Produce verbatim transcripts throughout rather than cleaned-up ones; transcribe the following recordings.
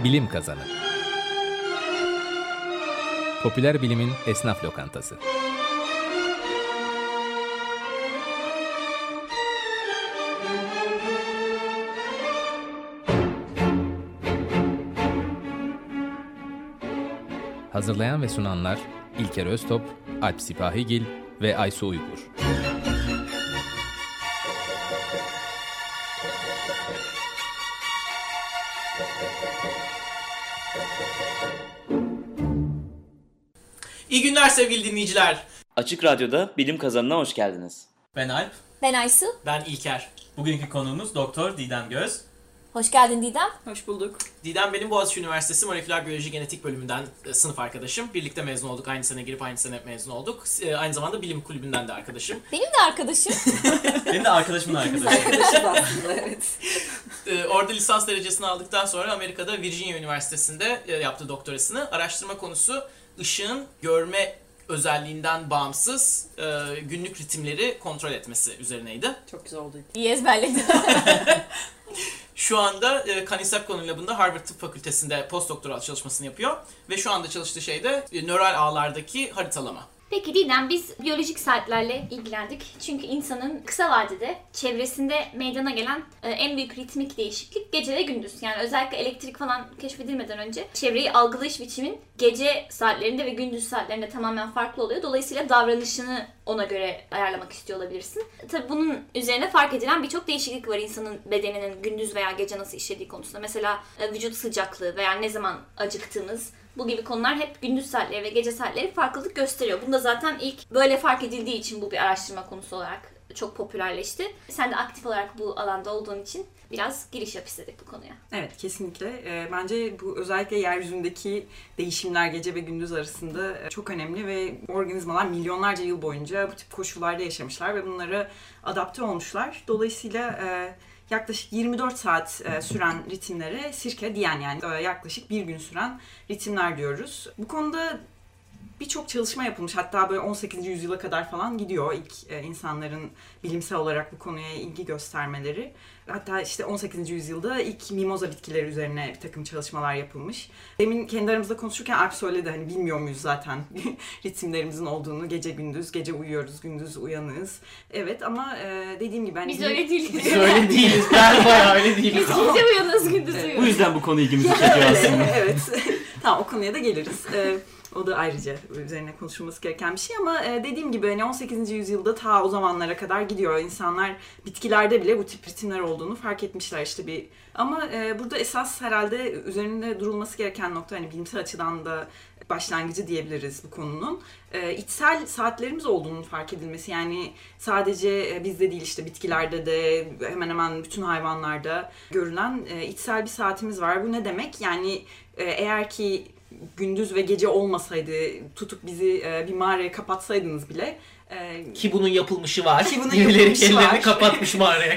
Bilim Kazanı. Popüler bilimin esnaf lokantası. Hazırlayan ve sunanlar İlker Öztop, Alp Sipahigil ve Aysu Uygur. İyi günler sevgili dinleyiciler. Açık Radyo'da Bilim Kazanı'na hoş geldiniz. Ben Alp. Ben Aysu. Ben İlker. Bugünkü konuğumuz Doktor Didem Göz. Hoş geldin Didem. Hoş bulduk. Didem benim Boğaziçi Üniversitesi Moleküler Biyoloji Genetik bölümünden sınıf arkadaşım. Birlikte mezun olduk. Aynı sene girip aynı sene mezun olduk. Aynı zamanda bilim kulübünden de arkadaşım. Benim de arkadaşım. Benim de arkadaşımın arkadaşı. Arkadaşım aslında, evet. Orada lisans derecesini aldıktan sonra Amerika'da Virginia Üniversitesi'nde yaptığı doktorasını. Araştırma konusu ışığın görme özelliğinden bağımsız e, günlük ritimleri kontrol etmesi üzerineydi. Çok güzel oldu. İyi ezberledin. Şu anda e, Kanisepkon'un labında Harvard Tıp Fakültesi'nde postdoktoral çalışmasını yapıyor. Ve şu anda çalıştığı şey de e, nöral ağlardaki haritalama. Peki Didem, biz biyolojik saatlerle ilgilendik. Çünkü insanın kısa vadede çevresinde meydana gelen e, en büyük ritmik değişiklik gece ve gündüz. Yani özellikle elektrik falan keşfedilmeden önce çevreyi algılayış biçimin gece saatlerinde ve gündüz saatlerinde tamamen farklı oluyor. Dolayısıyla davranışını ona göre ayarlamak istiyor olabilirsin. Tabii bunun üzerine fark edilen birçok değişiklik var insanın bedeninin gündüz veya gece nasıl işlediği konusunda. Mesela e, vücut sıcaklığı veya ne zaman acıktığımız, bu gibi konular hep gündüz saatleri ve gece saatleri farklılık gösteriyor. Bunda zaten ilk böyle fark edildiği için bu bir araştırma konusu olarak çok popülerleşti. Sen de aktif olarak bu alanda olduğun için biraz giriş yap istedik bu konuya. Evet, kesinlikle. E, bence bu özellikle yeryüzündeki değişimler gece ve gündüz arasında çok önemli ve organizmalar milyonlarca yıl boyunca bu tip koşullarda yaşamışlar ve bunlara adapte olmuşlar. Dolayısıyla e, yaklaşık yirmi dört saat e, süren ritimlere sirkadiyen, yani e, yaklaşık bir gün süren ritimler diyoruz. Bu konuda birçok çalışma yapılmış. Hatta böyle on sekizinci yüzyıla kadar falan gidiyor ilk e, insanların bilimsel olarak bu konuya ilgi göstermeleri. Hatta işte on sekizinci yüzyılda ilk mimoza bitkileri üzerine bir takım çalışmalar yapılmış. Demin kendi aramızda konuşurken Alp söyledi, hani bilmiyor muyuz zaten ritimlerimizin olduğunu, gece gündüz, gece uyuyoruz, gündüz uyanığız. Evet ama e, dediğim gibi... Hani biz öyle değiliz. Biz öyle değiliz. Ben bayağı öyle değiliz. Biz gece uyanırız, gündüz Evet, uyuyoruz. bu yüzden bu konu ilgimizi çekiyor aslında. Evet. Tamam, o konuya da geliriz. E, O da ayrıca üzerine konuşulması gereken bir şey ama dediğim gibi hani on sekizinci yüzyılda ta o zamanlara kadar gidiyor. İnsanlar bitkilerde bile bu tip ritimler olduğunu fark etmişler işte bir. Ama burada esas herhalde üzerinde durulması gereken nokta, hani bilimsel açıdan da başlangıcı diyebiliriz bu konunun. İçsel saatlerimiz olduğunun fark edilmesi. Yani sadece bizde değil, işte bitkilerde de hemen hemen bütün hayvanlarda görülen içsel bir saatimiz var. Bu ne demek? Yani eğer ki gündüz ve gece olmasaydı, tutup bizi e, bir mağaraya kapatsaydınız bile... E, ki bunun yapılmışı var. Ki bunun Birileri yapılmışı ellerini var. kapatmış mağaraya.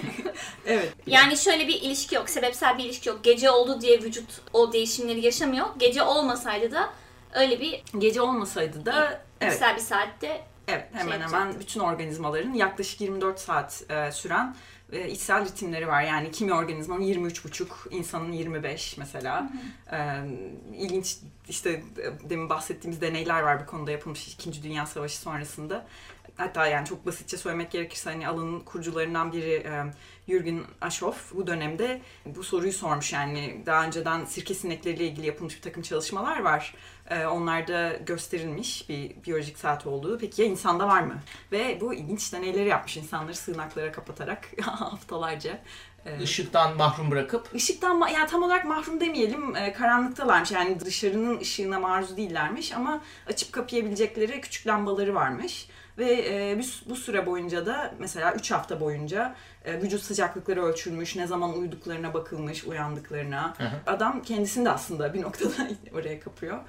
Evet. Yani şöyle bir ilişki yok, sebepsel bir ilişki yok. Gece oldu diye vücut o değişimleri yaşamıyor. Gece olmasaydı da öyle bir... Gece olmasaydı da... Evet. İçsel bir saatte... Evet, hemen şey hemen bütün organizmaların yaklaşık yirmi dört saat e, süren e, içsel ritimleri var. Yani kimi organizmanın yirmi üç buçuk, insanın yirmi beş mesela. Hı hı. E, ilginç, işte demin bahsettiğimiz deneyler var bu konuda yapılmış İkinci Dünya Savaşı sonrasında. Hatta yani çok basitçe söylemek gerekirse hani alanın kurucularından biri e, Jürgen Aschoff bu dönemde bu soruyu sormuş. Yani daha önceden sirke sinekleriyle ilgili yapılmış bir takım çalışmalar var. E, onlarda gösterilmiş bir biyolojik saat olduğu. Peki ya insanda var mı? Ve bu ilginç deneyleri yapmış, insanları sığınaklara kapatarak haftalarca. Işıktan mahrum bırakıp. Işıktan ma- yani tam olarak mahrum demeyelim, e, karanlıktalarmış. Yani dışarının ışığına maruz değillermiş ama açıp kapayabilecekleri küçük lambaları varmış. Ve e, bu, bu süre boyunca da mesela üç hafta boyunca e, vücut sıcaklıkları ölçülmüş, ne zaman uyuduklarına bakılmış, uyandıklarına. Hı hı. Adam kendisini de aslında bir noktada oraya kapıyor.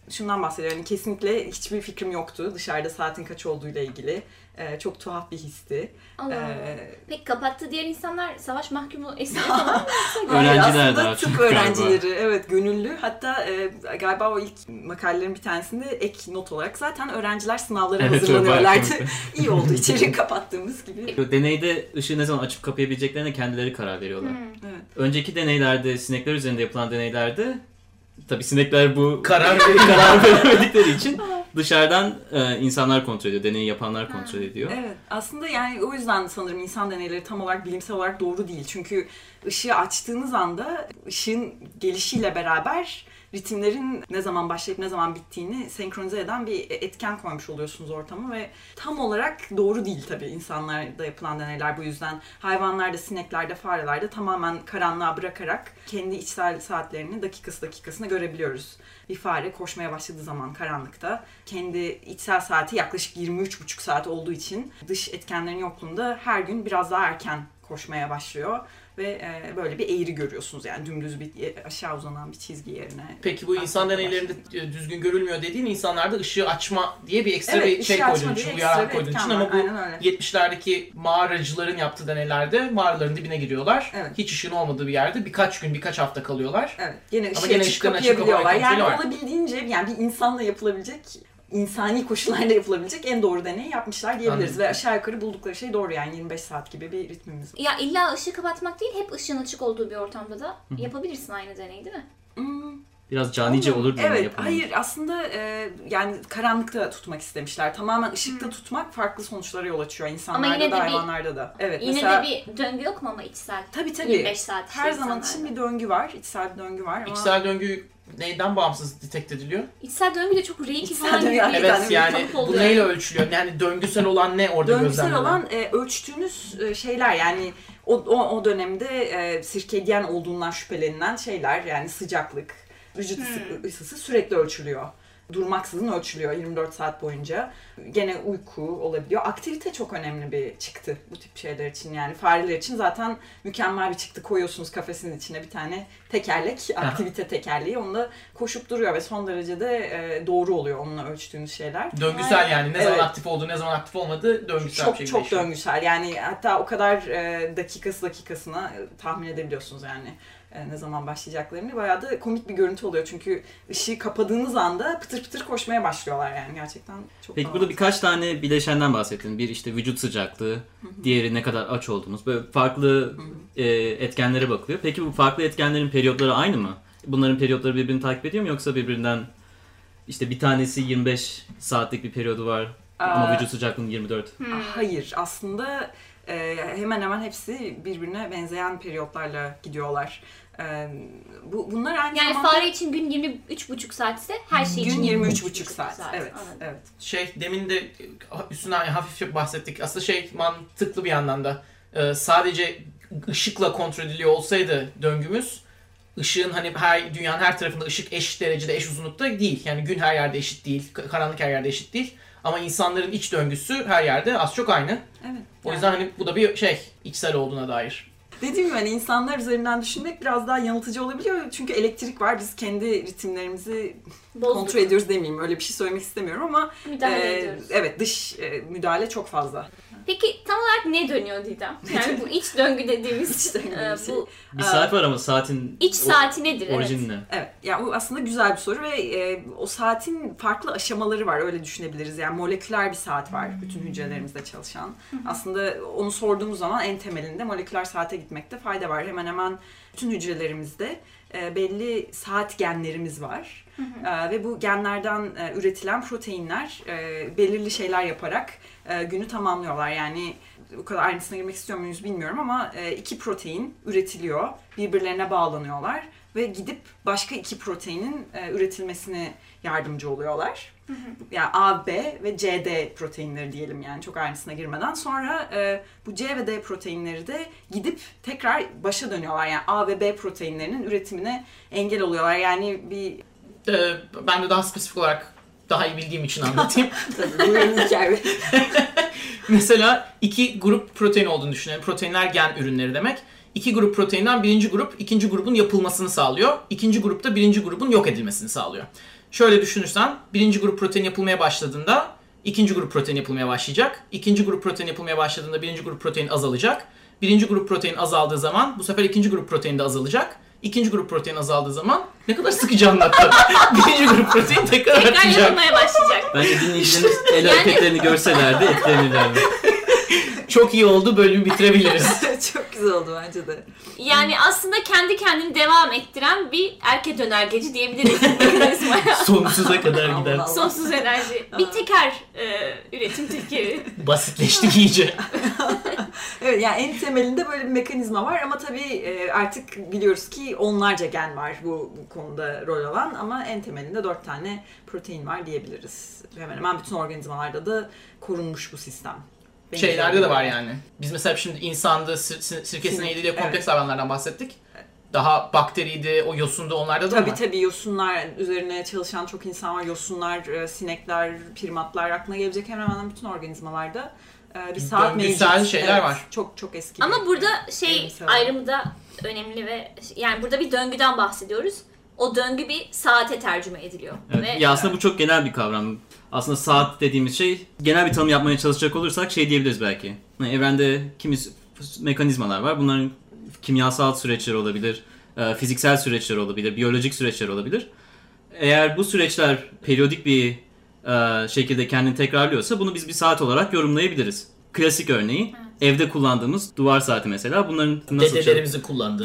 şundan bahsediyor. Yani kesinlikle hiçbir fikrim yoktu dışarıda saatin kaç olduğuyla ilgili. Ee, çok tuhaf bir histi. Allah. Ee, Peki kapattı diğer insanlar savaş mahkumu esiri falan mı? Öğrenciler de aslında artık tıp öğrencileri, evet, gönüllü. Hatta e, galiba o ilk makalelerin bir tanesinde ek not olarak zaten öğrenciler sınavlara Evet, hazırlanıyorlardı. çok İyi oldu içeri kapattığımız gibi. Deneyde ışığı ne zaman açıp kapayabileceklerine kendileri karar veriyorlar. Hmm. Evet. Önceki deneylerde, sinekler üzerinde yapılan deneylerde tabii sinekler bu Karar karar veremedikleri için dışarıdan e, insanlar kontrol ediyor, deneyi yapanlar kontrol ediyor. Evet, aslında yani o yüzden sanırım insan deneyleri tam olarak bilimsel olarak doğru değil. Çünkü ışığı açtığınız anda ışığın gelişiyle beraber ritimlerin ne zaman başlayıp ne zaman bittiğini senkronize eden bir etken koymuş oluyorsunuz ortama ve tam olarak doğru değil tabii insanlarda yapılan deneyler bu yüzden. Hayvanlarda, sineklerde, farelerde tamamen karanlığa bırakarak kendi içsel saatlerini dakikası dakikasına görebiliyoruz. Bir fare koşmaya başladığı zaman karanlıkta kendi içsel saati yaklaşık yirmi üç buçuk saat olduğu için dış etkenlerin yokluğunda her gün biraz daha erken koşmaya başlıyor. Ve e, böyle bir eğri görüyorsunuz yani dümdüz bir aşağı uzanan bir çizgi yerine. Peki bu insan deneylerinde e, düzgün görülmüyor dediğin insanlarda ışığı açma diye bir ekstra Evet, bir ışığı şey açma koyduğun diye için, bu ekstra yaran bir koyduğun etken için var, ama bu aynen öyle. yetmişlerdeki mağaracıların yaptığı deneylerde mağaraların dibine giriyorlar. Evet. Hiç ışığın olmadığı bir yerde birkaç gün, birkaç hafta kalıyorlar. Evet, gene Ama ışığı gene açıp ışıkların açıp kapayabiliyorlar. kapama Yani kontrolü var. olabildiğince yani bir insanla yapılabilecek, insani koşullarla yapılabilecek en doğru deneyi yapmışlar diyebiliriz. Anladım. Ve aşağı yukarı buldukları şey doğru yani yirmi beş saat gibi bir ritmimiz var. Ya illa ışığı kapatmak değil, hep ışığın açık olduğu bir ortamda da yapabilirsin aynı deneyi değil mi? Hmm. Biraz canice olur diye Evet, yapılan. hayır aslında e, yani karanlıkta tutmak istemişler. Tamamen ışıkta tutmak farklı sonuçlara yol açıyor insanlarda Ama yine da de bir- hayvanlarda da. Evet, Yine mesela, de bir döngü yok mu ama içsel? tabii tabii. yirmi beş saat Her işte zaman için insanlarda. bir döngü var, içsel bir döngü var ama İçsel döngü neyden bağımsız detekt ediliyor? İçsel döngü de çok reiki İçsel falan döngü, gibi bir evet, Evet tane bir yani kalıp bu oluyor. neyle ölçülüyor? Yani döngüsel olan ne orada döngüsel gözlemlenen? olan e, ölçtüğünüz e, şeyler yani o, o, o dönemde e, sirkedyen olduğundan şüphelenilen şeyler yani sıcaklık, vücut ısı- ısısı sürekli ölçülüyor. Durmaksızın ölçülüyor yirmi dört saat boyunca. Gene uyku olabiliyor. Aktivite çok önemli bir çıktı bu tip şeyler için. Yani fareler için zaten mükemmel bir çıktı. Koyuyorsunuz kafesinin içine bir tane tekerlek, aktivite tekerleği. Onunla koşup duruyor ve son derece de e, doğru oluyor onunla ölçtüğünüz şeyler. Döngüsel yani ne zaman Evet. aktif olduğu ne zaman aktif olmadığı döngüsel bir Çok şekilde çok değişiyor. döngüsel. Yani hatta o kadar e, dakikası dakikasına e, tahmin edebiliyorsunuz yani e, ne zaman başlayacaklarını. Bayağı da komik bir görüntü oluyor çünkü ışığı kapadığınız anda pıtır pıtır koşmaya başlıyorlar yani gerçekten çok. Peki havalı. burada birkaç tane bileşenden bahsettin. Bir işte vücut sıcaklığı, diğeri ne kadar aç olduğumuz. Böyle farklı e, etkenlere bakılıyor. Peki bu farklı etkenlerin periyotları aynı mı? Bunların periyotları birbirini takip ediyor mu yoksa birbirinden işte bir tanesi yirmi beş saatlik bir periyodu var ama Aa, vücut sıcaklığının yirmi dört. Hayır aslında e, hemen hemen hepsi birbirine benzeyen periyotlarla gidiyorlar. E, bu bunlar aynı Yani zamanda fare için gün yirmi üç buçuk saat ise her şey için gün yirmi üç buçuk saat. Evet, Anladım. evet. Şey demin de üstünden hafif bahsettik. Aslında şey mantıklı bir yandan da. Ee, sadece ışıkla kontrol ediliyor olsaydı döngümüz, ışığın hani her dünyanın her tarafında ışık eşit derecede eş uzunlukta değil. Yani gün her yerde eşit değil, karanlık her yerde eşit değil. Ama insanların iç döngüsü her yerde az çok aynı. Evet. O yüzden hani bu da bir şey içsel olduğuna dair. Dediğim gibi hani insanlar üzerinden düşünmek biraz daha yanıltıcı olabiliyor. Çünkü elektrik var. Biz kendi ritimlerimizi Bozduk. kontrol ediyoruz demeyeyim. Öyle bir şey söylemek istemiyorum ama Müdahale e, ediyoruz. evet dış e, müdahale çok fazla. Peki tam olarak ne dönüyor Didem? Yani bu iç döngü dediğimiz İç döngü e, dediğimiz bu Bir saat var ama saatin iç saati nedir? o, orijini ne? Evet. Yani bu aslında güzel bir soru ve e, o saatin farklı aşamaları var. Öyle düşünebiliriz. Yani moleküler bir saat var bütün hücrelerimizde çalışan. Aslında onu sorduğumuz zaman en temelinde moleküler saate gitmekte fayda var. Hemen hemen bütün hücrelerimizde e, belli saat genlerimiz var. E, ve bu genlerden e, üretilen proteinler e, belirli şeyler yaparak e, günü tamamlıyorlar. Yani o kadar ayrıntısına girmek istiyor muyuz bilmiyorum ama e, iki protein üretiliyor. Birbirlerine bağlanıyorlar ve gidip başka iki proteinin e, üretilmesine yardımcı oluyorlar. Yani A, B ve C, D proteinleri diyelim yani çok ayrıntısına girmeden. Sonra e, bu C ve D proteinleri de gidip tekrar başa dönüyorlar. Yani A ve B proteinlerinin üretimine engel oluyorlar. Yani bir... Ee, ben de daha spesifik olarak daha iyi bildiğim için anlatayım. Tabii bu benim hikaye. Mesela iki grup protein olduğunu düşünelim. Proteinler gen ürünleri demek. İki grup proteinden birinci grup ikinci grubun yapılmasını sağlıyor. İkinci grupta birinci grubun yok edilmesini sağlıyor. Şöyle düşünürsen birinci grup protein yapılmaya başladığında ikinci grup protein yapılmaya başlayacak. İkinci grup protein yapılmaya başladığında birinci grup protein azalacak. Birinci grup protein azaldığı zaman bu sefer ikinci grup protein de azalacak. İkinci grup protein azaldığı zaman ne kadar sıkıcı anlattım. Birinci grup protein tekrar Tekrar artacak. yapılmaya başlayacak. Bence dinleyicilerimiz el hareketlerini görselerdi etkilenirlerdi. Çok iyi oldu, bölümü bitirebiliriz. Çok güzel oldu bence de. Yani aslında kendi kendini devam ettiren bir erke dönergeci diyebiliriz mekanizmaya. Sonsuza kadar Allah gider. Allah. Sonsuz enerji. Bir teker e, üretim tekeri. Basitleştik iyice. Evet, yani en temelinde böyle bir mekanizma var ama tabii e, artık biliyoruz ki onlarca gen var bu, bu konuda rol alan ama en temelinde dört tane protein var diyebiliriz. Hemen hemen bütün organizmalarda da korunmuş bu sistem. Şeylerde de var yani. Biz mesela şimdi insanda, sir- sir- sirkesine yediği kompleks Evet. hayvanlardan bahsettik. Daha bakteriydi, o yosundu, onlarda da Tabii var. tabii yosunlar üzerine çalışan çok insan var. Yosunlar, e, sinekler, primatlar aklına gelecek hemen hemen bütün organizmalarda e, bir saat mevcut. Döngüsel şeyler Evet, var. Çok çok eski. Ama bir- burada şey Evrimsel. ayrımı da önemli ve yani burada bir döngüden bahsediyoruz. O döngü bir saate tercüme ediliyor. Evet. Ve Ya aslında bu çok genel bir kavram. Aslında saat dediğimiz şey, genel bir tanım yapmaya çalışacak olursak şey diyebiliriz belki. Yani evrende kimi mekanizmalar var. Bunların kimyasal süreçler olabilir, fiziksel süreçler olabilir, biyolojik süreçler olabilir. Eğer bu süreçler periyodik bir şekilde kendini tekrarlıyorsa bunu biz bir saat olarak yorumlayabiliriz. Klasik örneği evde kullandığımız duvar saati mesela. Bunların nasıl Dedelerimizin kullandığı.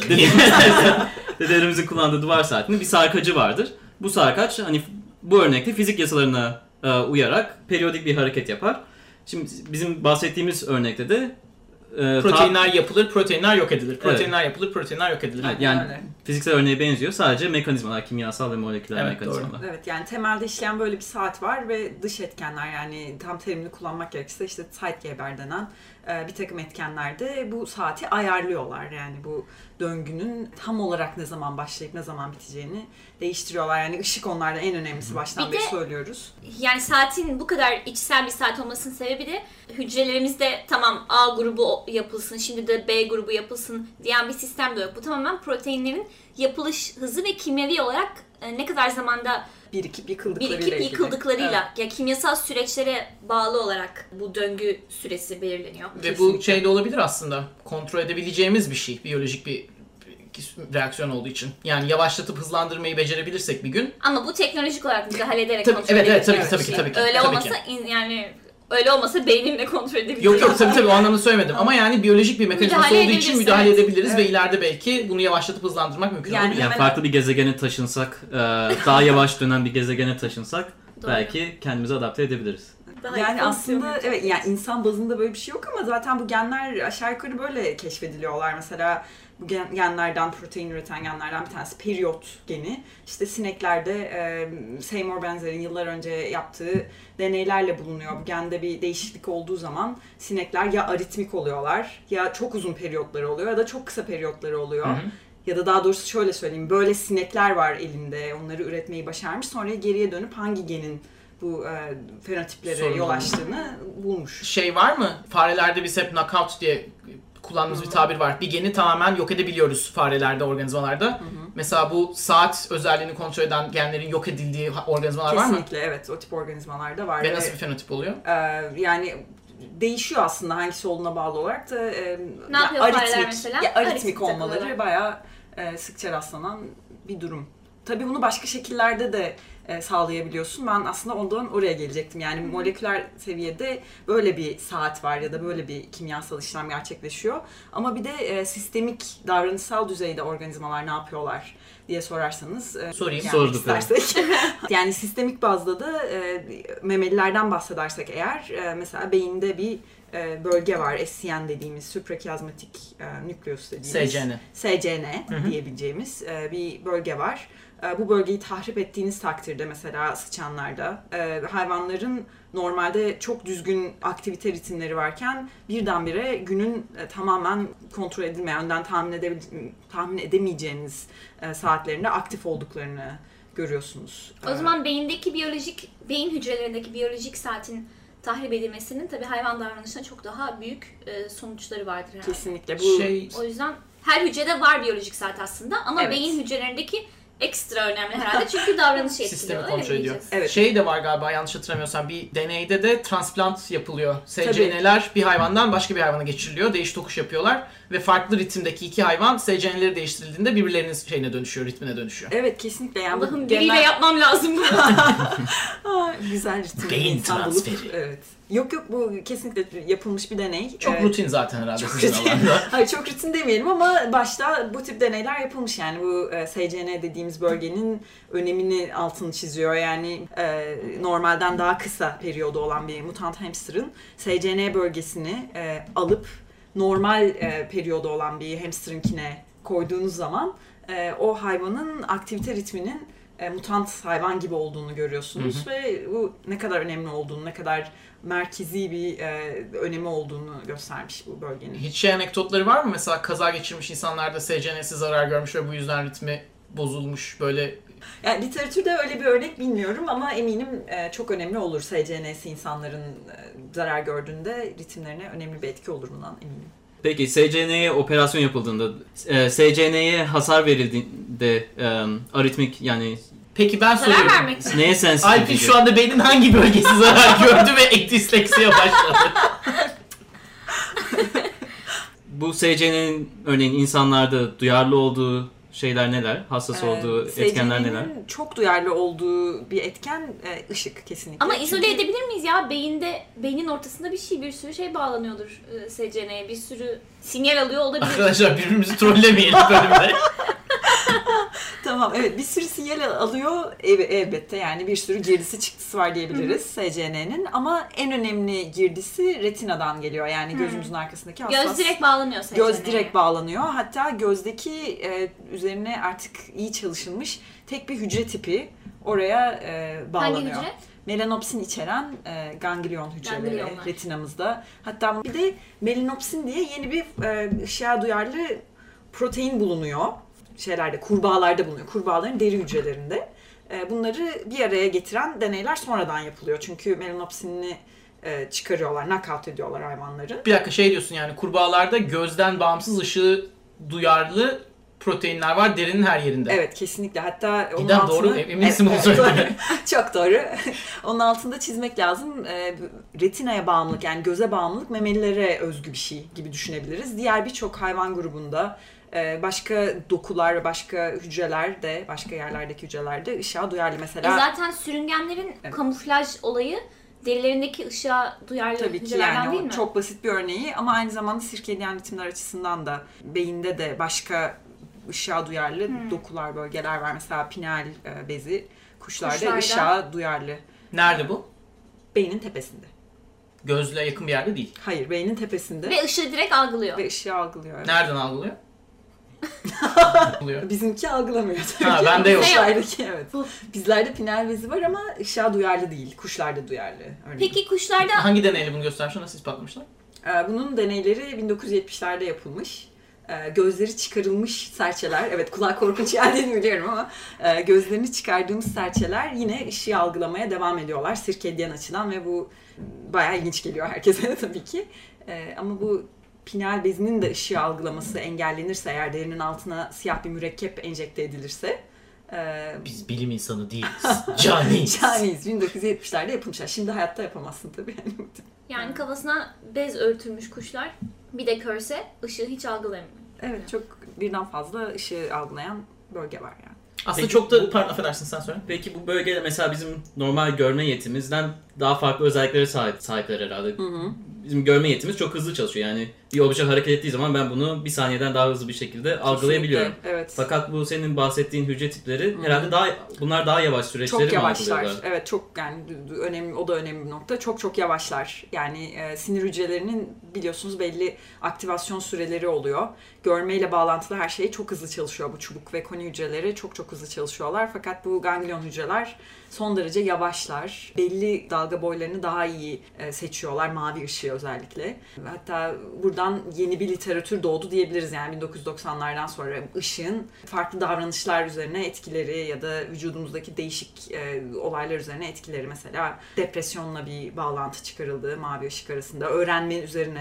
Dedelerimizin kullandığı duvar saatinin bir sarkacı vardır. Bu sarkaç hani bu örnekte fizik yasalarına e, uyarak periyodik bir hareket yapar. Şimdi bizim bahsettiğimiz örnekte de e, Proteinler ta- yapılır, proteinler yok edilir. Proteinler yapılır, proteinler yok edilir. Evet, yani Öyle. fiziksel örneğe benziyor. Sadece mekanizmalar, kimyasal ve moleküler Evet, mekanizmalar. Evet, yani temelde işleyen böyle bir saat var ve dış etkenler, yani tam terimini kullanmak gerekirse işte Zeitgeber denen e, bir takım etkenler de bu saati ayarlıyorlar. Yani bu döngünün tam olarak ne zaman başlayıp ne zaman biteceğini değiştiriyorlar. Yani ışık onlarda en önemlisi, baştan Bir beri de- söylüyoruz. yani saatin bu kadar içsel bir saat olmasının sebebi de hücrelerimizde tamam A grubu yapılsın, şimdi de B grubu yapılsın diyen bir sistem de yok. Bu tamamen proteinlerin yapılış hızı ve kimyevi olarak e, ne kadar zamanda Birikip yıkıldıklarıyla birikip ilgili. yıkıldıklarıyla ya kimyasal süreçlere bağlı olarak bu döngü süresi belirleniyor. Ve bu şey de olabilir aslında. Kontrol edebileceğimiz bir şey. Biyolojik bir bir reaksiyon olduğu için. Yani yavaşlatıp hızlandırmayı becerebilirsek bir gün. Ama bu teknolojik olarak müdahale ederek Tabii, kontrol evet evet tabii ki edebileceğimiz tabii ki bir tabii ki. Öyle tabii olmasa ki. in- yani öyle olmasa beynimle kontrol edebileceğim. Yok yok tabii tabii o anlamda söylemedim. Ama yani biyolojik bir mekanizması Müdahale olduğu için edebiliriz, müdahale evet. edebiliriz ve Evet. ileride belki bunu yavaşlatıp hızlandırmak mümkün Yani olabilir. Yani Hemen- farklı bir gezegene taşınsak, e, daha yavaş dönen bir gezegene taşınsak Doğru. belki kendimizi adapte edebiliriz. Daha Yani iyi aslında fonksiyon evet, yani insan bazında böyle bir şey yok ama zaten bu genler aşağı yukarı böyle keşfediliyorlar. Mesela bu gen- genlerden, protein üreten genlerden bir tanesi periyot geni. İşte sineklerde e, Seymour Benzer'in yıllar önce yaptığı deneylerle bulunuyor. Bu gende bir değişiklik olduğu zaman sinekler ya aritmik oluyorlar, ya çok uzun periyotları oluyor ya da çok kısa periyotları oluyor. Hı hı. Ya da daha doğrusu şöyle söyleyeyim, böyle sinekler var elinde, onları üretmeyi başarmış. Sonra geriye dönüp hangi genin bu e, fenotiplere Sorun yol olmuş. açtığını bulmuş. Şey var mı? Farelerde biz hep knockout diye kullandığımız bir tabir var. Bir geni tamamen yok edebiliyoruz farelerde, organizmalarda. Mesela bu saat özelliğini kontrol eden genlerin yok edildiği organizmalar var mı? Kesinlikle evet, o tip organizmalarda var. Ve nasıl bir fenotip oluyor? e, yani değişiyor aslında hangisi olduğuna bağlı olarak da. E, Ne ya yapıyor fareler mesela? Ya aritmik Aritmik olmaları takılıyorlar. bayağı e, sıkça rastlanan bir durum. Tabii bunu başka şekillerde de e, sağlayabiliyorsun. Ben aslında ondan oraya gelecektim. Yani moleküler seviyede böyle bir saat var ya da böyle bir kimyasal işlem gerçekleşiyor. Ama bir de e, sistemik, davranışsal düzeyde organizmalar ne yapıyorlar diye sorarsanız. E, Sorayım. yani Sorduk, istersek. Yani sistemik bazda da e, memelilerden bahsedersek eğer, e, mesela beyinde bir e, bölge var. S C N dediğimiz, suprachiasmatic e, nucleus dediğimiz. S C N. S C N Hı hı. diyebileceğimiz e, bir bölge var. E, bu bölgeyi tahrip ettiğiniz takdirde mesela sıçanlarda e, hayvanların normalde çok düzgün aktivite ritimleri varken birdenbire günün e, tamamen kontrol edilmeyen, önden tahmin, edebil- tahmin edemeyeceğiniz e, saatlerinde aktif olduklarını görüyorsunuz. O E, zaman beyindeki biyolojik, beyin hücrelerindeki biyolojik saatin tahrip edilmesinin tabii hayvan davranışına çok daha büyük e, sonuçları vardır herhalde. kesinlikle bu Şey, O yüzden her hücrede var biyolojik saat aslında ama Evet. beyin hücrelerindeki ekstra önemli herhalde. Çünkü davranışı etkiliyor. Sistemi öyle kontrol mi ediyor. diyeceğiz? Evet. Şey de var galiba yanlış hatırlamıyorsam bir deneyde de transplant yapılıyor. S C N'ler bir hayvandan başka bir hayvana geçiriliyor. Değiş tokuş yapıyorlar ve farklı ritimdeki iki hayvan S C N'leri değiştirildiğinde birbirlerinin şeyine dönüşüyor, ritmine dönüşüyor. Evet kesinlikle. Yani bu Allah'ım genel- biriyle yapmam lazım bunu. Aa, güzel ritim. Beyin İnsan bulup- transferi. Evet. Yok yok bu kesinlikle yapılmış bir deney. Çok Ee, rutin zaten herhalde Çok sizin rutin. alanda. Hayır çok rutin demeyelim ama başta bu tip deneyler yapılmış yani bu e, S C N dediğimiz bölgenin önemini altını çiziyor yani e, normalden daha kısa periyodu olan bir mutant hamsterın S C N bölgesini e, alıp normal e, periyodu olan bir hamsterınkine koyduğunuz zaman e, o hayvanın aktivite ritminin e, mutant hayvan gibi olduğunu görüyorsunuz. Hı hı. Ve bu ne kadar önemli olduğunu, ne kadar merkezi bir e, önemi olduğunu göstermiş bu bölgenin. Hiç şey anekdotları var mı? Mesela kaza geçirmiş insanlarda S C N'si zarar görmüş ve bu yüzden ritmi bozulmuş böyle. Yani literatürde öyle bir örnek bilmiyorum ama eminim e, çok önemli olur S C N'si insanların e, zarar gördüğünde ritimlerine önemli bir etki olur bundan eminim. Peki S C N'ye operasyon yapıldığında, e, S C N'ye hasar verildiğinde e, aritmik yani Peki ben Zarar soruyorum. vermek için. neye sensitif? Alp'in şu anda beynin hangi bölgesi zarar gördü ve disleksiye başladı? Bu S C N'nin örneğin insanlarda duyarlı olduğu şeyler neler? Hassas olduğu Ee, etkenler S C N'nin neler? çok duyarlı olduğu bir etken e, ışık kesinlikle. Ama Çünkü- izole edebilir miyiz ya? Beyinde, beynin ortasında bir şey, bir sürü şey bağlanıyordur e, S C N'ye. Bir sürü sinyal alıyor olabilir. Arkadaşlar birbirimizi trollemeyelim bölümde. Tamam evet bir sürü sinyal alıyor ev, elbette yani bir sürü girdisi çıktısı var diyebiliriz S C N'nin ama en önemli girdisi retinadan geliyor yani gözümüzün arkasındaki hassas. Göz direkt bağlanıyor S C N'ye. Göz direkt bağlanıyor. Hatta gözdeki e, üzerine artık iyi çalışılmış tek bir hücre tipi oraya e, bağlanıyor. Hangi hücre? Melanopsin içeren e, ganglion hücreleri Ganglionlar. retinamızda. Hatta bir de melanopsin diye yeni bir e, ışığa duyarlı protein bulunuyor. Şeylerde, kurbağalarda bulunuyor. Kurbağaların deri hücrelerinde. E, bunları bir araya getiren deneyler sonradan yapılıyor. Çünkü melanopsinini e, çıkarıyorlar, knockout ediyorlar hayvanları. Bir dakika şey diyorsun yani kurbağalarda gözden bağımsız ışığı duyarlı proteinler var derinin her yerinde. Evet kesinlikle. Hatta onun Didem altını... doğru mu? Eminsin bunu evet, söylediğine. doğru. Çok doğru. Onun altında çizmek lazım. E, retinaya bağımlılık yani göze bağımlılık memelilere özgü bir şey gibi düşünebiliriz. Diğer birçok hayvan grubunda e, başka dokular ve başka hücreler de başka yerlerdeki hücreler de ışığa duyarlı. E Mesela zaten sürüngenlerin Evet. kamuflaj olayı derilerindeki ışığa duyarlı tabii ki hücrelerden yani değil o mi? çok basit bir örneği ama aynı zamanda sirkediyen ritimler açısından da beyinde de başka ışığa duyarlı Hmm. dokular, bölgeler var. Mesela pineal e, bezi kuşlarda, Kuşlarda. ışığa duyarlı. Nerede bu? Beynin tepesinde. Gözle yakın bir yerde değil. Hayır, beynin tepesinde Ve ışığı direkt algılıyor. ve ışığı algılıyor. Evet. Nereden algılıyor? Algılıyor. Bizimki algılamıyor tabii Ha, ki. bende yok. Kuşlardaki evet. Bizlerde pineal bezi var ama ışığa duyarlı değil. Kuşlarda duyarlı örneğin. Peki kuşlarda Hangi deneyle bunu göstermişler? Nasıl ispatlamışlar? Ee, Bunun deneyleri bin dokuz yüz yetmişlerde yapılmış. Ee, Gözleri çıkarılmış serçeler, evet kulağa korkunç geldiğini biliyorum ama e, gözlerini çıkardığımız serçeler yine ışığı algılamaya devam ediyorlar sirkedyen açıdan ve bu bayağı ilginç geliyor herkese tabii ki. Ee, Ama bu pineal bezinin de ışığı algılaması engellenirse, eğer derinin altına siyah bir mürekkep enjekte edilirse e, Biz bilim insanı değiliz. Caniyiz. Caniyiz. bin dokuz yüz yetmişlerde yapılmışlar. Şimdi hayatta yapamazsın tabii. yani kafasına bez örtülmüş kuşlar bir de körse ışığı hiç algılamıyor. Evet, çok birden fazla ışığı algılayan bölge var yani. Aslında Peki çok da bu- pardon affedersin sen söyle. Peki bu bölgede mesela bizim normal görme yetimizden daha farklı özelliklere sahip sahipler herhalde. Hı hı. Bizim görme yetimiz çok hızlı çalışıyor. Yani bir obje hareket ettiği zaman ben bunu bir saniyeden daha hızlı bir şekilde algılayabiliyorum. Kesinlikle, evet. Fakat bu senin bahsettiğin hücre tipleri Hı. herhalde daha bunlar daha yavaş süreçleri Çok mi yavaşlar. algılıyorlar? Evet, çok yani önemli, o da önemli bir nokta. Çok çok yavaşlar. Yani e, sinir hücrelerinin biliyorsunuz belli aktivasyon süreleri oluyor. Görmeyle bağlantılı her şey çok hızlı çalışıyor. Bu çubuk ve koni hücreleri çok çok hızlı çalışıyorlar. Fakat bu ganglion hücreler son derece yavaşlar. Belli dalga boylarını daha iyi e, seçiyorlar. Mavi ışığı özellikle. Hatta buradan yeni bir literatür doğdu diyebiliriz. Yani bin dokuz yüz doksanlardan sonra ışığın farklı davranışlar üzerine etkileri ya da vücudumuzdaki değişik e, olaylar üzerine etkileri. Mesela depresyonla bir bağlantı çıkarıldı mavi ışık arasında. Öğrenme üzerine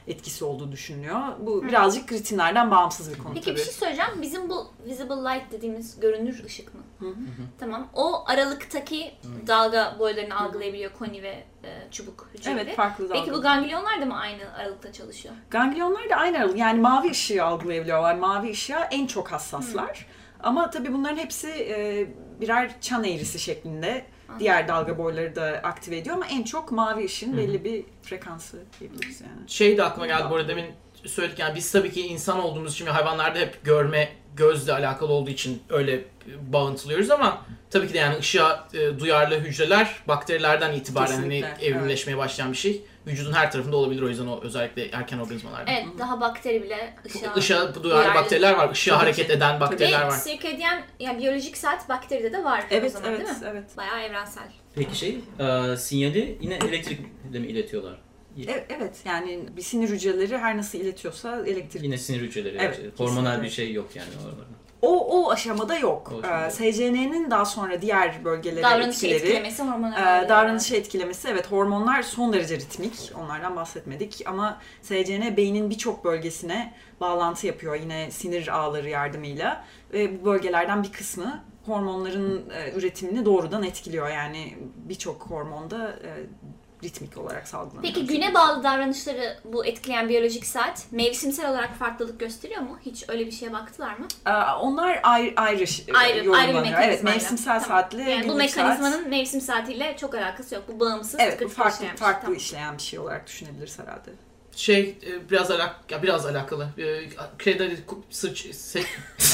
etkisi olduğu düşünülüyor. Bu birazcık ritimlerden bağımsız bir konu Peki tabii. bir şey söyleyeceğim. Bizim bu visible light dediğimiz görünür ışık mı? Hı hı. Tamam. O aralıktaki dalga boylarını algılayabiliyor koni ve e, çubuk hücreleri. Evet, farklı dalga. Peki bu ganglionlar da mı aynı aralıkta çalışıyor? Ganglionlar da aynı aralık. Yani mavi ışığı algılayabiliyorlar. Mavi ışığa en çok hassaslar. Hı. Ama tabii bunların hepsi e, birer çan eğrisi şeklinde. Diğer dalga boyları da aktive ediyor ama en çok mavi ışığın belli bir frekansı diyebiliriz yani. Şey de aklıma geldi bu arada, demin söyledik yani biz tabii ki insan olduğumuz için ve hayvanlarda hep görme gözle alakalı olduğu için öyle bağıntılıyoruz ama tabii ki de yani ışığa e, duyarlı hücreler bakterilerden itibaren hani evrimleşmeye evet. başlayan bir şey. Vücudun her tarafında olabilir, o yüzden o özellikle erken organizmalarda. Evet, daha bakteri bile ışığa, ışığa duyarlı, duyarlı bakteriler var, ışığa hareket ki. eden bakteriler Ve var. Ve sirkadiyen, yani biyolojik saat bakteride de var evet, o zaman evet, değil mi? Evet. Bayağı evrensel. Peki şey, e, sinyali yine elektrikle mi iletiyorlar? Evet, evet, yani bir sinir hücreleri her nasıl iletiyorsa elektrik. Yine sinir hücreleri, evet, hormonal kesinlikle. bir şey yok yani oralarda. O, o aşamada yok. O aşamada. Ee, S C N'nin daha sonra diğer bölgelere davranışı etkileri, etkilemesi, hormonal e, davranışı etkilemesi, evet, hormonlar son derece ritmik. Onlardan bahsetmedik ama S C N beynin birçok bölgesine bağlantı yapıyor yine sinir ağları yardımıyla. Ve bu bölgelerden bir kısmı hormonların e, üretimini doğrudan etkiliyor. Yani birçok hormonda e, ritmik olarak salgılanıyor. Peki güne bağlı davranışları bu etkileyen biyolojik saat mevsimsel olarak farklılık gösteriyor mu? Hiç öyle bir şeye baktılar mı? Ee, onlar ayrı ayrı, ayrı, yorumlanıyor. ayrı bir mekanizmayla. Evet, mevsimsel tamam. saatli yani günlük bu mekanizmanın saat. mevsim saatiyle çok alakası yok. Bu bağımsız, evet, tıkır bu tıkır farklı işleyen bir şey. farklı Tamam. işleyen bir şey olarak düşünebiliriz herhalde. Şey biraz alak ya biraz alakalı. Kredi sıç se-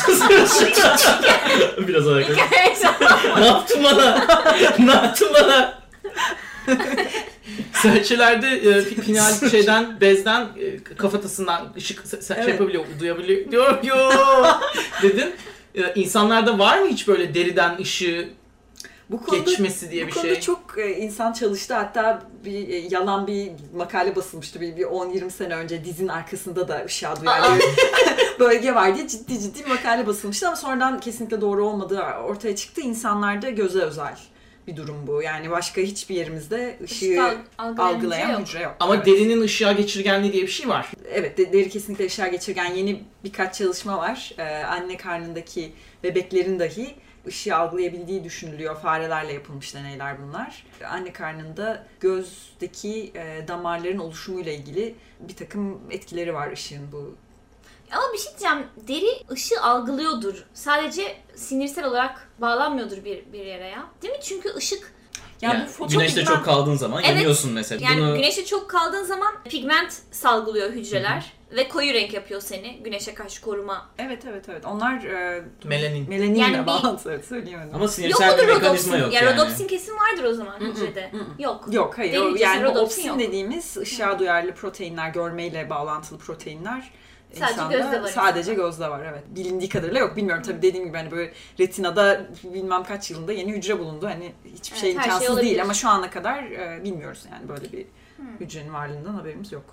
biraz alakalı. Ne yaptın bana? Ne yaptın bana? Serçelerde e, final şeyden bezden e, kafatasından ışık se- evet. şey yapabiliyor, duyabiliyor. Diyor yo dedin. E, insanlarda var mı hiç böyle deriden ışığı bu konuda, geçmesi diye bu bir konuda şey? çok e, insan çalıştı. Hatta bir e, yalan bir makale basılmıştı bir, bir on yirmi sene önce, dizin arkasında da ışığa duyarlı bölge var diye ciddi ciddi bir makale basılmıştı ama sonradan kesinlikle doğru olmadığı ortaya çıktı. İnsanlarda göze özel bir durum bu. Yani başka hiçbir yerimizde ışığı algılayan, algılayan hücre yok. Hücre yok. Ama evet. derinin ışığa geçirgenliği diye bir şey var. Evet, deri kesinlikle ışığa geçirgen yeni birkaç çalışma var. Ee, anne karnındaki bebeklerin dahi ışığı algılayabildiği düşünülüyor. Farelerle yapılmış deneyler bunlar. Anne karnında gözdeki e, damarların oluşumuyla ilgili bir takım etkileri var ışığın bu. Ama bir şey diyeceğim, deri ışığı algılıyordur. Sadece sinirsel olarak bağlanmıyordur bir, bir yere ya. Değil mi? Çünkü ışık... Yani, yani güneşte çok kaldığın zaman evet, yanıyorsun mesela. Yani Bunu... güneşte çok kaldığın zaman pigment salgılıyor hücreler. Hı-hı. Ve koyu renk yapıyor seni. Güneşe karşı koruma. Evet evet evet. Onlar e, melanin. Melaninle yani bağlantılı. Evet, söyleyemedim. Ama sinirsel bir mekanizma yok yani. yani. Rodopsin kesin vardır o zaman Mm-mm. hücrede. Mm-mm. Yok. Yok hayır. Deri Yani rodopsin opsin dediğimiz ışığa duyarlı proteinler, görmeyle bağlantılı proteinler. Sadece İnsanda, gözde var. Sadece insanda. gözde var evet. Bilindiği kadarıyla yok. Bilmiyorum tabii dediğim gibi hani böyle retinada bilmem kaç yılında yeni hücre bulundu. Hani hiçbir evet, şey imkansız şey değil ama şu ana kadar e, bilmiyoruz yani böyle bir hmm. hücrenin varlığından haberimiz yok.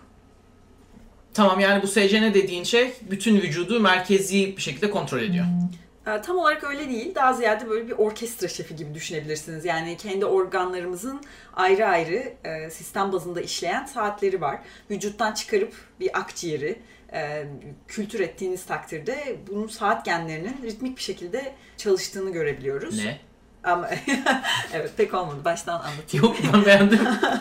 Tamam, yani bu S C N dediğin şey bütün vücudu merkezi bir şekilde kontrol ediyor. E, tam olarak öyle değil. Daha ziyade böyle bir orkestra şefi gibi düşünebilirsiniz. Yani kendi organlarımızın ayrı ayrı e, sistem bazında işleyen saatleri var. Vücuttan çıkarıp bir akciğeri e, kültür ettiğiniz takdirde bunun saat genlerinin ritmik bir şekilde çalıştığını görebiliyoruz. Ne? Ama evet pek olmadı. Baştan anlatayım. Yok, ben beğendim.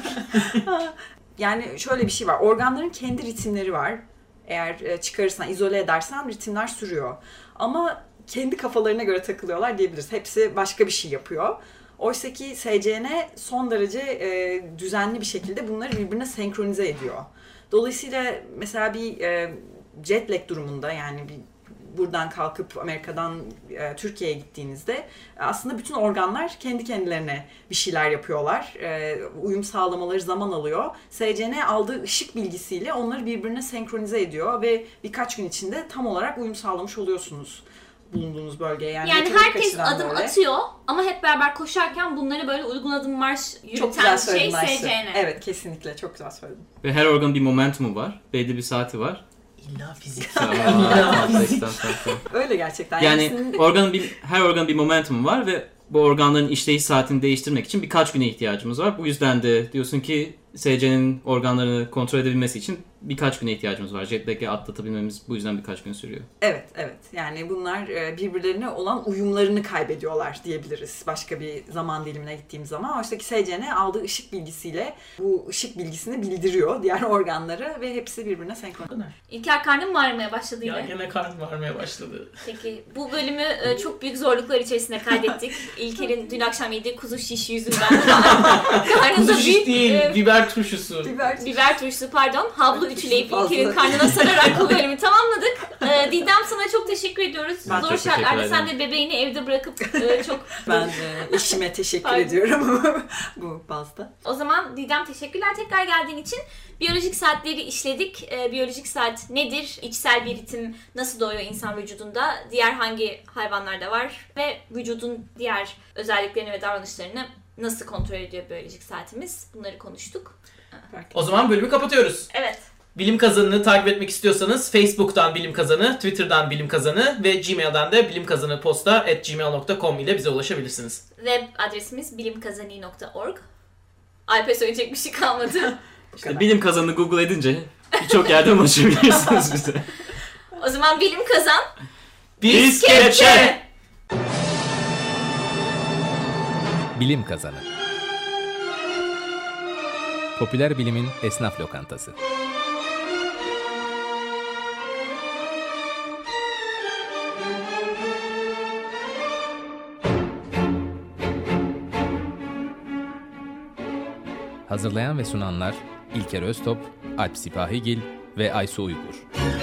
Yani şöyle bir şey var. Organların kendi ritimleri var. Eğer çıkarırsan, izole edersen ritimler sürüyor. Ama kendi kafalarına göre takılıyorlar diyebiliriz. Hepsi başka bir şey yapıyor. Oysa ki S C N son derece e, düzenli bir şekilde bunları birbirine senkronize ediyor. Dolayısıyla mesela bir e, jet lag durumunda, yani bir buradan kalkıp Amerika'dan e, Türkiye'ye gittiğinizde aslında bütün organlar kendi kendilerine bir şeyler yapıyorlar. E, uyum sağlamaları zaman alıyor. S C N aldığı ışık bilgisiyle onları birbirine senkronize ediyor ve birkaç gün içinde tam olarak uyum sağlamış oluyorsunuz bulunduğunuz bölgeye. Yani, yani herkes adım böyle atıyor ama hep beraber koşarken bunları böyle uygun adım marş yürüten şey S C N. Evet, kesinlikle çok güzel söyledin. Ve her organın bir momentumu var. Belli bir saati var. İlla fizik. İlla fizik. Öyle gerçekten. Yani yani organın bir, her organın bir momentumu var ve bu organların işleyiş saatini değiştirmek için birkaç güne ihtiyacımız var. Bu yüzden de diyorsun ki S C'nin organlarını kontrol edebilmesi için birkaç güne ihtiyacımız var. Jet lag'i atlatabilmemiz bu yüzden birkaç gün sürüyor. Evet, evet. Yani bunlar birbirlerine olan uyumlarını kaybediyorlar diyebiliriz başka bir zaman dilimine gittiğim zaman. Oysa ki S C N aldığı ışık bilgisiyle bu ışık bilgisini bildiriyor diğer organlara ve hepsi birbirine senkron. İlker karnım ağrımaya başladı yine. Ya gene karnım ağrımaya başladı. Peki bu bölümü e, çok büyük zorluklar içerisinde kaydettik. İlker'in dün akşam yediği kuzu şiş yüzünden. Kuzu şiş büyük, değil, e, biber turşusu. Biber, biber turşusu pardon. Havlu ütüleyip fazla. İlker'in karnına sararak bu bölümü tamamladık. E, Didem sana çok teşekkür ediyoruz. Ben Zor çok teşekkür şartlarda sen ederim. de bebeğini evde bırakıp e, çok... Ben e, eşime teşekkür Pardon. ediyorum bu bazda. O zaman Didem teşekkürler tekrar geldiğin için. Biyolojik saatleri işledik. E, biyolojik saat nedir? İçsel bir ritim nasıl doğuyor insan vücudunda? Diğer hangi hayvanlarda var? Ve vücudun diğer özelliklerini ve davranışlarını nasıl kontrol ediyor biyolojik saatimiz? Bunları konuştuk. O zaman bölümü kapatıyoruz. Evet. Bilim Kazanı'nı takip etmek istiyorsanız Facebook'tan Bilim Kazanı, Twitter'dan Bilim Kazanı ve Gmail'dan da bilimkazanıposta at gmail nokta com ile bize ulaşabilirsiniz. Web adresimiz bilimkazani nokta org. Alp'e söyleyecek bir şey kalmadı. İşte bilim kazanını Google edince birçok yerden ulaşabilirsiniz bize. O zaman bilim kazan. Biz kepçe! Bilim Kazanı. Popüler bilimin esnaf lokantası. Hazırlayan ve sunanlar İlker Öztop, Alp Sipahigil ve Aysu Uygur.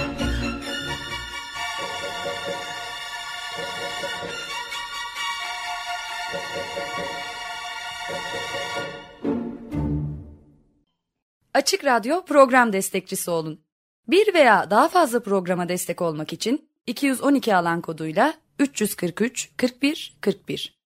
Açık Radyo program destekçisi olun. Bir veya daha fazla programa destek olmak için iki yüz on iki alan koduyla üç yüz kırk üç kırk bir kırk bir